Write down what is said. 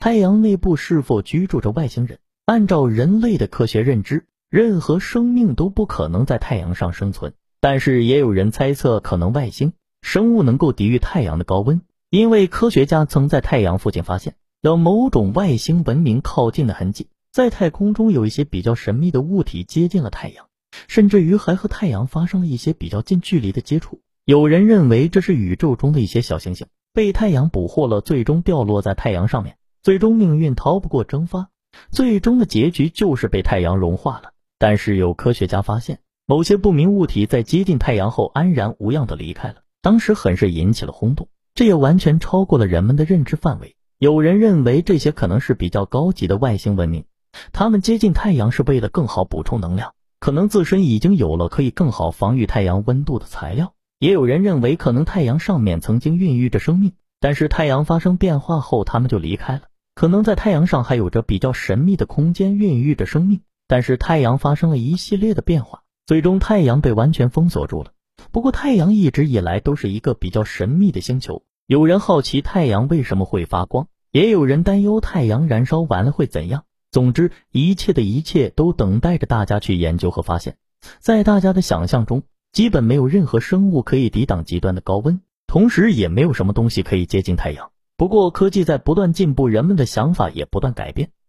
太阳内部是否居住着外星人？按照人类的科学认知，任何生命都不可能在太阳上生存，但是也有人猜测可能外星生物能够抵御太阳的高温，因为科学家曾在太阳附近发现有某种外星文明靠近的痕迹，在太空中有一些比较神秘的物体接近了太阳，甚至于还和太阳发生了一些比较近距离的接触。有人认为这是宇宙中的一些小行星被太阳捕获了，最终掉落在太阳上面，最终命运逃不过蒸发，最终的结局就是被太阳融化了。但是有科学家发现，某些不明物体在接近太阳后安然无恙地离开了，当时很是引起了轰动，这也完全超过了人们的认知范围。有人认为这些可能是比较高级的外星文明，他们接近太阳是为了更好补充能量，可能自身已经有了可以更好防御太阳温度的材料。也有人认为可能太阳上面曾经孕育着生命，但是太阳发生变化后他们就离开了，可能在太阳上还有着比较神秘的空间孕育着生命，但是太阳发生了一系列的变化，最终太阳被完全封锁住了。不过太阳一直以来都是一个比较神秘的星球，有人好奇太阳为什么会发光，也有人担忧太阳燃烧完了会怎样。总之一切的一切都等待着大家去研究和发现。在大家的想象中，基本没有任何生物可以抵挡极端的高温，同时也没有什么东西可以接近太阳。不过科技在不断进步，人们的想法也不断改变，